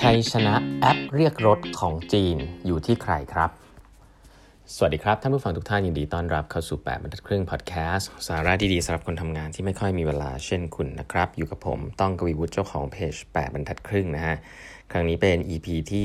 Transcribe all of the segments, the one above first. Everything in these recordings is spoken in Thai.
ชัยชนะแอปเรียกรถของจีนอยู่ที่ใครครับสวัสดีครับท่านผู้ฟังทุกท่านยินดีต้อนรับเข้าสู่8บรรทัดครึ่งพอดแคสต์สาระดีๆสำหรับคนทำงานที่ไม่ค่อยมีเวลาเช่นคุณนะครับอยู่กับผมต้องกวีวุฒิเจ้าของเพจ8บรรทัดครึ่งนะฮะครั้งนี้เป็น EP ที่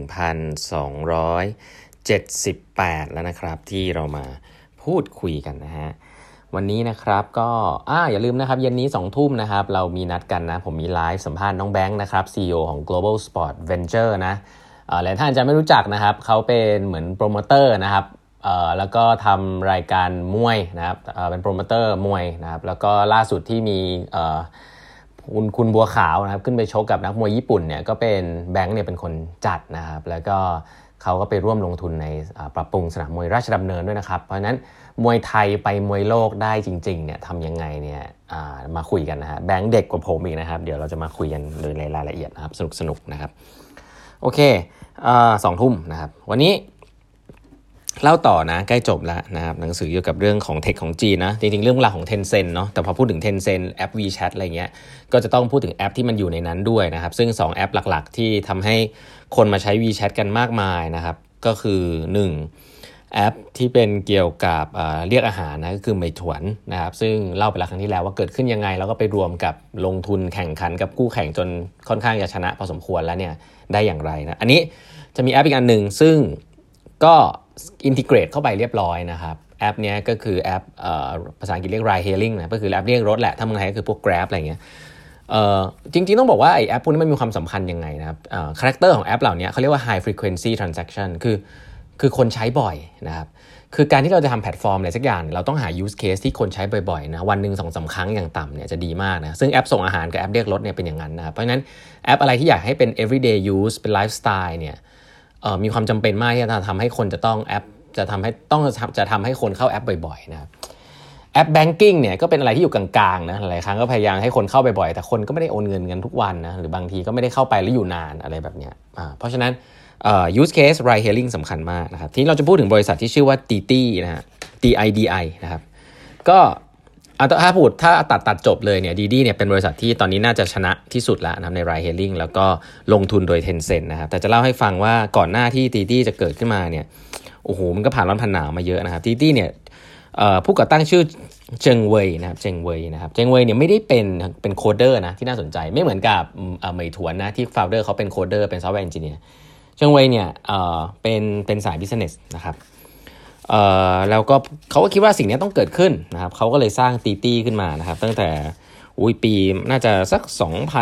1278แล้วนะครับที่เรามาพูดคุยกันนะฮะวันนี้นะครับก็อย่าลืมนะครับเย็นนี้ 20:00 นนะครับเรามีนัดกันนะผมมีไลฟ์สัมภาษณ์น้องแบงค์นะครับ CEO ของ Global Sport Venture นะหลายท่านจะไม่รู้จักนะครับเขาเป็นเหมือนโปรโมเตอร์นะครับแล้วก็ทำรายการมวยนะครับเป็นโปรโมเตอร์มวยนะครับแล้วก็ล่าสุดที่มีคุณบัวขาวนะครับขึ้นไปชกกับนักมวยญี่ปุ่นเนี่ยก็เป็นแบงค์เนี่ยเป็นคนจัดนะครับแล้วก็เขาก็ไปร่วมลงทุนในปรับปรุงสนามมวยราชดำเนินด้วยนะครับเพราะฉะนั้นมวยไทยไปมวยโลกได้จริงๆเนี่ยทำยังไงเนี่ยมาคุยกันนะฮะแบงค์เด็กกว่าผมอีกนะครับเดี๋ยวเราจะมาคุยกันโดยในรายละเอียดนะครับสนุกนะครับโอเค20:00 นนะครับวันนี้เล่าต่อนะใกล้จบแล้วนะครับหนังสือเกี่ยวกับเรื่องของเทคของจีนนะจริงๆเรื่องราวของ Tencent เนาะแต่พอพูดถึง Tencent แอป WeChat อะไรเงี้ยก็จะต้องพูดถึงแอปที่มันอยู่ในนั้นด้วยนะครับซึ่ง2แอปหลักๆที่ทำให้คนมาใช้ WeChat กันมากมายนะครับก็คือ1แอปที่เป็นเกี่ยวกับเรียกอาหารนะก็คือเหมยถวนนะครับซึ่งเล่าไปแล้วครั้งที่แล้วว่าเกิดขึ้นยังไงแล้วก็ไปรวมกับลงทุนแข่งขันกับคู่แข่งจนค่อนข้างจะชนะพอสมควรแล้วเนี่ยได้อย่างไรนะอันนี้จะมีแอปอีกอันหนึ่งซึ่งก็อินทิเกรตเข้าไปเรียบร้อยนะครับแอปนี้ก็คือแอปภาษาอังกฤษเรียก ride hailing นะก็คือแอปเรียกรถแหละถ้าเมืองไทยก็คือพวก Grab อะไรเงี้ยจริงๆต้องบอกว่าไอ้แอปพวกนี้มันมีความสำคัญยังไงนะครับคาแรคเตอร์ของแอปเหล่านี้เขาเรียกว่า high frequency transaction คือคนใช้บ่อยนะครับคือการที่เราจะทำแพลตฟอร์มอะไรสักอย่างเราต้องหา use case ที่คนใช้บ่อยๆนะวันหนึ่ง 2-3 ครั้งอย่างต่ำเนี่ยจะดีมากนะซึ่งแอปส่งอาหารกับแอปเรียกรถเนี่ยเป็นอย่างนั้นนะครับเพราะฉะนั้นแอปอะไรที่อยากให้เป็น everyday use เป็น lifestyle เนี่ยมีความจำเป็นมากที่จะทำให้คนจะต้องแอปจะทำให้คนเข้าแอปบ่อยๆนะครับแอป banking เนี่ยก็เป็นอะไรที่อยู่กลางๆนะหลายครั้งก็พยายามให้คนเข้าบ่อยๆแต่คนก็ไม่ได้โอนเงินกันทุกวันนะหรือบางทีก็ไม่ได้เข้าไปแล้วอยู่นานอะไรแบบเนี้ยเพราะฉะนั้นuse case ride hailing สำคัญมากนะครับทีนี้เราจะพูดถึงบริษัทที่ชื่อว่า Didi นะฮะ DIDI นะครับก็ถ้าตัดจบเลยเนี่ย Didi เนี่ยเป็นบริษัทที่ตอนนี้น่าจะชนะที่สุดแล้วนะครับใน ride hailing แล้วก็ลงทุนโดย Tencent นะครับแต่จะเล่าให้ฟังว่าก่อนหน้าที่ Didi จะเกิดขึ้นมาเนี่ยโอ้โหมันก็ผ่านร้อนผ่านหนาวมาเยอะนะครับ Didi เนี่ยผู้ก่อตั้งชื่อเจิงเว่ยนะครับเจิงเว่ยเนี่ยไม่ได้เป็นโคดเดอร์นะที่น่าสนใจไม่เหมือนกับเหมยถวนนะที่ founder เขาเป็นโคดเดอร์เป็น software engineerเจิงเว่ยเนี่ยเป็นสาย business นะครับแล้วก็เขาก็คิดว่าสิ่งนี้ต้องเกิดขึ้นนะครับเขาก็เลยสร้างตีตี้ขึ้นมานะครับตั้งแต่ปีน่าจะสัก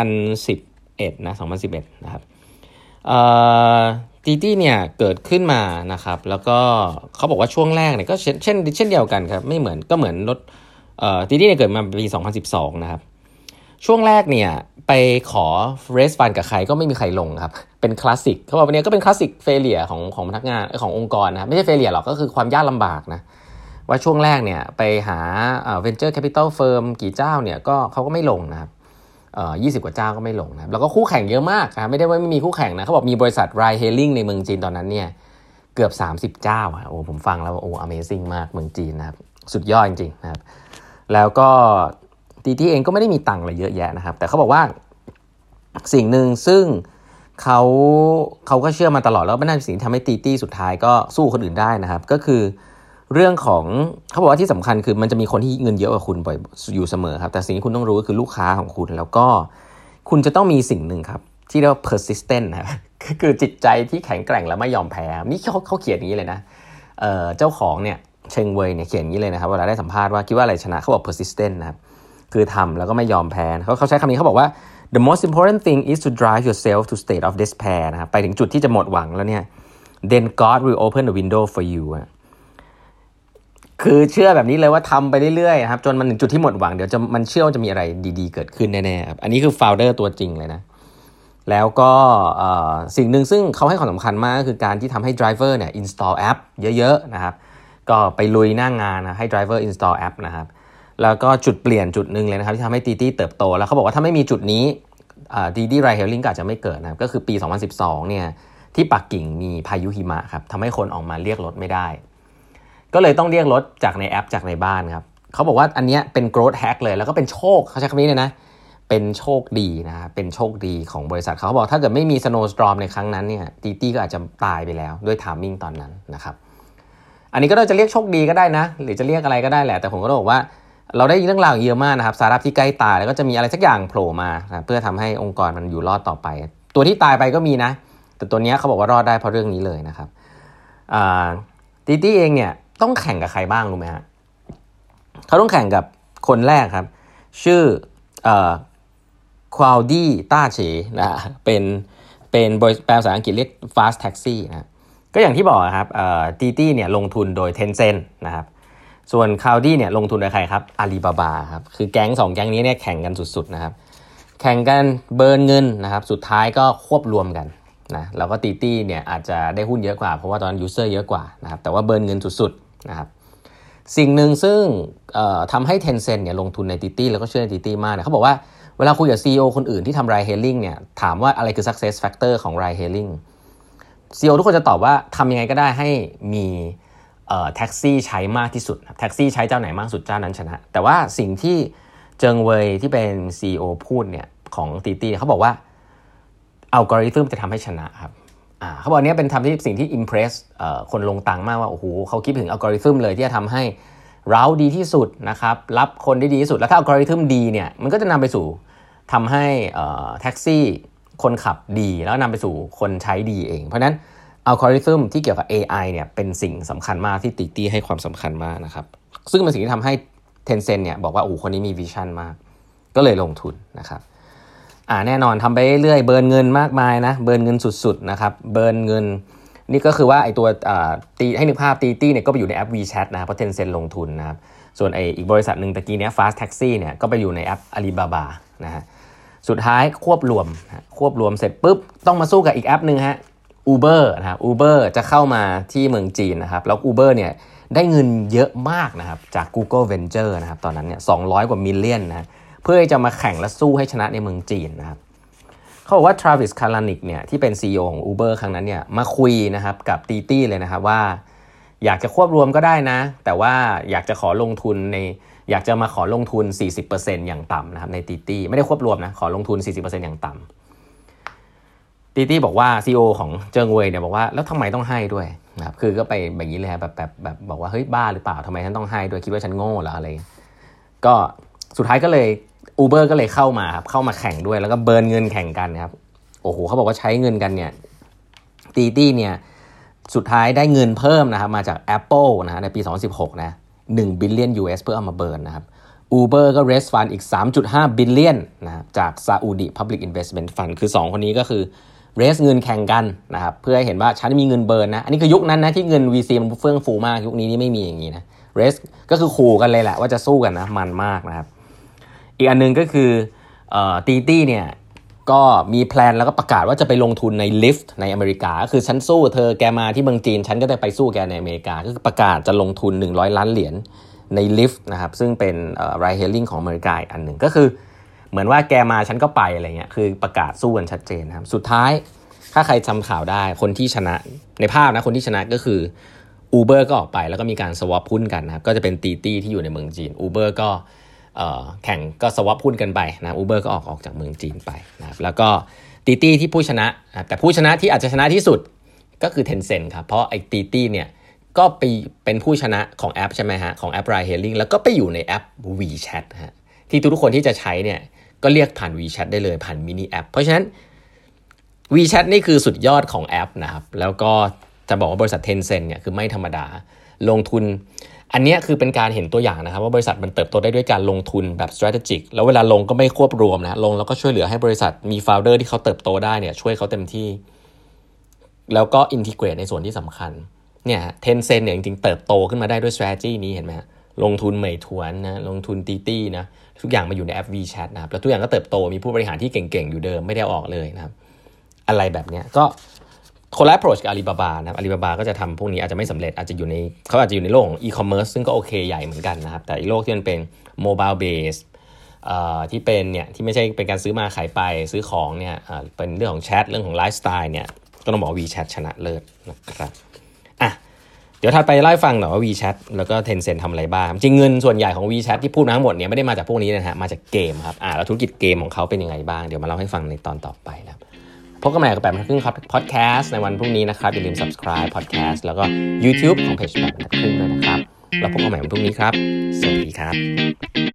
2011นะ2011นะครับตีตี้เนี่ยเกิดขึ้นมานะครับแล้วก็เขาบอกว่าช่วงแรกเนี่ยก็เช่นเดียวกันครับไม่เหมือนรถตีตี้เนี่ยเกิดมาปี2012นะครับช่วงแรกเนี่ยไปขอ raise fund กับใครก็ไม่มีใครลงครับเป็นคลาสสิกเขาบอกวันนี้ก็เป็นคลาสสิกเฟเลียของพนักงานขององค์กรนะครับไม่ใช่เฟเลียหรอกก็คือความยากลำบากนะว่าช่วงแรกเนี่ยไปหาventure capital firm กี่เจ้าเนี่ยก็เขาก็ไม่ลงนะครับ20 กว่าเจ้าก็ไม่ลงนะแล้วก็คู่แข่งเยอะมากนะไม่ได้ว่าไม่มีคู่แข่งนะเขาบอกมีบริษัท ride hailing ในเมืองจีนตอนนั้นเนี่ยเกือบ30เจ้าโอ้ผมฟังแล้วโอ้ amazing มากเมืองจีนนะครับสุดยอดจริงๆนะครับแล้วก็ตีที่เองก็ไม่ได้มีตังค์อะไรเยอะแยะนะครับแต่เขาบอกว่าสิ่งหนึ่งซึ่งเขาก็เชื่อมาตลอดแล้วไม่น่าเป็นสิ่งที่ทำให้ตีตี้สุดท้ายก็สู้คนอื่นได้นะครับก็คือเรื่องของเขาบอกว่าที่สำคัญคือมันจะมีคนที่เงินเยอะกว่าคุณบ่อยอยู่เสมอครับแต่สิ่งที่คุณต้องรู้ก็คือลูกค้าของคุณแล้วก็คุณจะต้องมีสิ่งหนึ่งครับที่เรียกว่า persistent นะครับคือจิตใจที่แข็งแกร่งและไม่ยอมแพ้นี่เขาเขียนอย่างนี้เลยนะเจ้าของเนี่ยเชิงเว่ยเนี่ยเขียนอย่างนี้เลยนะครับเวลาได้สัมภาษณ์ว่าคิดว่าอะไรชนะเขาบอก persistent นะครับคือทำแล้วก็ไม่ยอมแพ้เขาใช้คำนี้เขาบอกว่า the most important thing is to drive yourself to state of despair นะครับไปถึงจุดที่จะหมดหวังแล้วเนี่ย then God will open the window for you คือเชื่อแบบนี้เลยว่าทำไปเรื่อยๆครับจนมันถึงจุดที่หมดหวังเดี๋ยวมันเชื่อว่าจะมีอะไรดีๆเกิดขึ้นแน่ๆครับอันนี้คือ founder ตัวจริงเลยนะแล้วก็สิ่งหนึ่งซึ่งเขาให้ความสำคัญมากก็คือการที่ทำให้ driver เนี่ย install app เยอะๆนะครับก็ไปลุยหน้างานนะให้ driver install app นะครับแล้วก็จุดเปลี่ยนจุดหนึ่งเลยนะครับที่ทำให้ตีตี้เติบโตแล้วเขาบอกว่าถ้าไม่มีจุดนี้Didi Ride Hailing ก็อาจจะไม่เกิดนะครับก็คือปี2012เนี่ยที่ปักกิ่งมีพายุหิมะครับทำให้คนออกมาเรียกรถไม่ได้ก็เลยต้องเรียกรถจากในแอปจากในบ้านครับเขาบอกว่าอันนี้เป็น growth hack เลยแล้วก็เป็นโชคเขาใช้คำนี้เลยนะเป็นโชคดีนะครับเป็นโชคดีของบริษัทเขาบอกถ้าเกิดไม่มี snowstorm ในครั้งนั้นเนี่ยตีตี้ก็อาจจะตายไปแล้วด้วย timing ตอนนั้นนะครับอันนี้ก็เราจะเรียกโชคดีก็ได้นะหรือจะเรียกอะไรก็ได้แหละแต่ผมก็บอกว่าเราได้เรื่องราวเยอะมากนะครับสตาร์ทอัพที่ใกล้ตายแล้วก็จะมีอะไรสักอย่างโผล่มาเพื่อทำให้องค์กรมันอยู่รอดต่อไปตัวที่ตายไปก็มีนะแต่ตัวนี้เขาบอกว่ารอดได้เพราะเรื่องนี้เลยนะครับตีตี้เองเนี่ยต้องแข่งกับใครบ้างรู้ไหมฮะเขาต้องแข่งกับคนแรกครับชื่อควาลดี้ต้าเฉนะเป็นบริษัทแปลภาษาอังกฤษเรียก Fast Taxi นะก็อย่างที่บอกครับตีตี้เนี่ยลงทุนโดย Tencent นะครับส่วนควาลดี้เนี่ยลงทุนโดยใครครับอาลีบาบาครับคือแก๊ง2แก๊งนี้เนี่ยแข่งกันสุดๆนะครับแข่งกันเบิร์นเงินนะครับสุดท้ายก็ควบรวมกันนะแล้วก็ตีตี้เนี่ยอาจจะได้หุ้นเยอะกว่าเพราะว่าตอนนั้นยูเซอร์เยอะกว่านะครับแต่ว่าเบิร์นเงินสุดๆนะครับสิ่งหนึ่งซึ่งทำให้ Tencent เนี่ยลงทุนในตีตี้แล้วก็เชื่อในตีตี้มากเนี่ยเขาบอกว่าเวลาคุยกับ CEO คนอื่นที่ทำ ride hailing เนี่ยถามว่าอะไรคือ success factor ของ ride hailing CEO ทุกคนจะตอบว่าทำยังไงก็ได้ให้มีแท็กซี่ใช้มากที่สุดแท็กซี่ใช้เจ้าไหนมากสุดเจ้านั้นชนะแต่ว่าสิ่งที่เจิงเว่ยที่เป็น CEO พูดเนี่ยของตีตี้เขาบอกว่าอัลกอริทึมจะทำให้ชนะครับเขาบอกนี้เป็นทำที่สิ่งที่ impress คนลงตังค์มากว่าโอ้โหเขาคิดถึงอัลกอริทึมเลยที่จะทำให้เราดีที่สุดนะครับรับคนได้ดีที่สุดแล้วถ้าอัลกอริทึมดีเนี่ยมันก็จะนำไปสู่ทำให้แท็กซี่คนขับดีแล้วนำไปสู่คนใช้ดีเองเพราะฉะนั้นอัลกอริทึมที่เกี่ยวกับ AI เนี่ยเป็นสิ่งสำคัญมากที่ตีตี้ให้ความสำคัญมากนะครับซึ่งเป็นสิ่งที่ทำให้ Tencent เนี่ยบอกว่าโอ้คนนี้มีวิชั่นมากก็เลยลงทุนนะครับแน่นอนทำไปเรื่อยๆเบิร์นเงินมากมายนะเบิร์นเงินสุดๆนะครับเบิร์นเงินนี่ก็คือว่าไอตัวตีให้นึกภาพตีตี้เนี่ยก็ไปอยู่ในแอป WeChat นะครับเพราะ Tencent ลงทุนนะครับส่วนอีกบริษัทหนึ่งตะกี้เนี้ย Fast Taxi เนี่ยก็ไปอยู่ในแอป Alibaba นะฮะสุดท้ายควบรวมเสร็จปุ๊บต้องมาสู้กับอีกแอปนึงฮะ Uber นะครับ Uber จะเข้ามาที่เมืองจีนนะครับแล้ว Uber เนี่ยได้เงินเยอะมากนะครับจาก Google Venture นะครับตอนนั้นเนี่ย200กว่ามิลเลียนนะเพื่อจะมาแข่งและสู้ให้ชนะในเมืองจีนนะครับเขาบอกว่า Travis Kalanick เนี่ยที่เป็น CEO ของ Uber ครั้งนั้นเนี่ยมาคุยนะครับกับตีตี้เลยนะครับว่าอยากจะควบรวมก็ได้นะแต่ว่าอยากจะขอลงทุนอยากจะมาขอลงทุน 40% อย่างต่ำนะครับในตีตี้ไม่ได้ควบรวมนะขอลงทุน 40% อย่างต่ำตีตี้บอกว่า CEO ของเจิงเว่ยเนี่ยบอกว่าแล้วทำไมต้องให้ด้วยนะครับคือก็ไปแบบนี้เลยแบบบอกว่าเฮ้ยบ้าหรือเปล่าทำไมฉันต้องให้ด้วยคิดว่าฉันโง่เหรออะไรก็สุดท้ายก็เลย Uber ก็เลยเข้ามาครับเข้ามาแข่งด้วยแล้วก็เบิร์นเงินแข่งกันครับโอ้โหเขาบอกว่าใช้เงินกันเนี่ยตีตี้เนี่ยสุดท้ายได้เงินเพิ่มนะครับมาจาก Apple นะในปี2016นะ1 billion US เพื่อเอามาเบิร์นนะครับ Uber ก็ raise fund อีก 3.5 billion นะครับจาก Saudi Public Investment Fund คือ2คนนี้ก็คือ raise เงินแข่งกันนะครับเพื่อให้เห็นว่าฉันมีเงินเบิร์นนะอันนี้คือยุคนั้นนะที่เงิน VC มันเฟื่องฟูมากยุคนี้นี่ไม่มีอย่างนี้นะ raise ก็คือขู่กันเลยแหละว่าจะสู้กันนะมันมากนะครับอีกอันนึงก็คือตีตี้เนี่ยก็มีแพลนแล้วก็ประกาศว่าจะไปลงทุนใน Lyft ในอเมริกาก็คือฉันสู้เธอแกมาที่เมืองจีนฉันก็จะไปสู้แกในอเมริกาก็คือประกาศจะลงทุน$100 ล้านใน Lyft นะครับซึ่งเป็นride hailing ของอเมริกาอีกอันหนึ่งก็คือเหมือนว่าแกมาฉันก็ไปอะไรเงี้ยคือประกาศสู้กันชัดเจนนะครับสุดท้ายถ้าใครจำข่าวได้คนที่ชนะในภาพนะคนที่ชนะก็คือ Uber ก็ออกไปแล้วก็มีการ swap หุ้นกันนะครับก็จะเป็นตีตี้ที่อยู่ในเมืองจีน Uber ก็แข่งก็สวอปหุ้นกันไปนะ Uber ก็ออกจากเมืองจีนไปนะครับแล้วก็ตีตี้ที่ผู้ชนะแต่ผู้ชนะที่อาจจะชนะที่สุดก็คือ Tencent ครับเพราะไอ้ตีตี้เนี่ยก็ไปเป็นผู้ชนะของแอปใช่ไหมฮะของแอป Ride Hailing แล้วก็ไปอยู่ในแอป WeChat ฮะที่ทุกคนที่จะใช้เนี่ยก็เรียกผ่าน WeChat ได้เลยผ่านมินิแอปเพราะฉะนั้น WeChat นี่คือสุดยอดของแอปนะครับแล้วก็จะบอกว่าบริษัท Tencent เนี่ยคือไม่ธรรมดาลงทุนอันนี้คือเป็นการเห็นตัวอย่างนะครับว่าบริษัทมันเติบโตได้ด้วยการลงทุนแบบ strategic แล้วเวลาลงก็ไม่ควบรวมนะลงแล้วก็ช่วยเหลือให้บริษัทมี founder ที่เขาเติบโตได้เนี่ยช่วยเขาเต็มที่แล้วก็ integrate ในส่วนที่สำคัญเนี่ย Tencent เนี่ยจริงๆเติบโตขึ้นมาได้ด้วย strategy นี้เห็นไหมลงทุนเหมยถวนนะลงทุนตีตี้นะทุกอย่างมาอยู่ในแอป WeChat นะครับแล้วทุกอย่างก็เติบโตมีผู้บริหารที่เก่งๆอยู่เดิมไม่ได้ออกเลยนะครับอะไรแบบเนี้ยก็คนละ approach กับ Alibaba นะครับ Alibaba ก็จะทำพวกนี้อาจจะไม่สำเร็จอาจจะอยู่ในโลกของ e-commerce ซึ่งก็โอเคใหญ่เหมือนกันนะครับแต่อีกโลกที่มันเป็น mobile base ที่เป็นเนี่ยที่ไม่ใช่เป็นการซื้อมาขายไปซื้อของเนี่ยเป็นเรื่องของแชทเรื่องของไลฟ์สไตล์เนี่ยก็ต้องบอก WeChat ชนะเลิศนะครับเดี๋ยวถัดไปเล่าให้ฟังหน่อยว่า WeChat แล้วก็ Tencent ทำอะไรบ้างจริงเงินส่วนใหญ่ของ WeChat ที่พูดมาทั้งหมดเนี่ยไม่ได้มาจากพวกนี้นะฮะมาจากเกมครับแล้วธุรกิจเกมของเขาเป็นยังไงบ้างเดี๋ยวมาเล่าให้ฟังในตอนต่อไปนะครับพบกันใหม่กับ8 โมงครึ่งครับ podcast ในวันพรุ่งนี้นะครับอย่าลืม subscribe podcast แล้วก็ YouTube ของเพจ8 โมงครึ่งด้วยนะครับแล้วพบกันใหม่วันพรุ่งนี้ครับสวัสดีครับ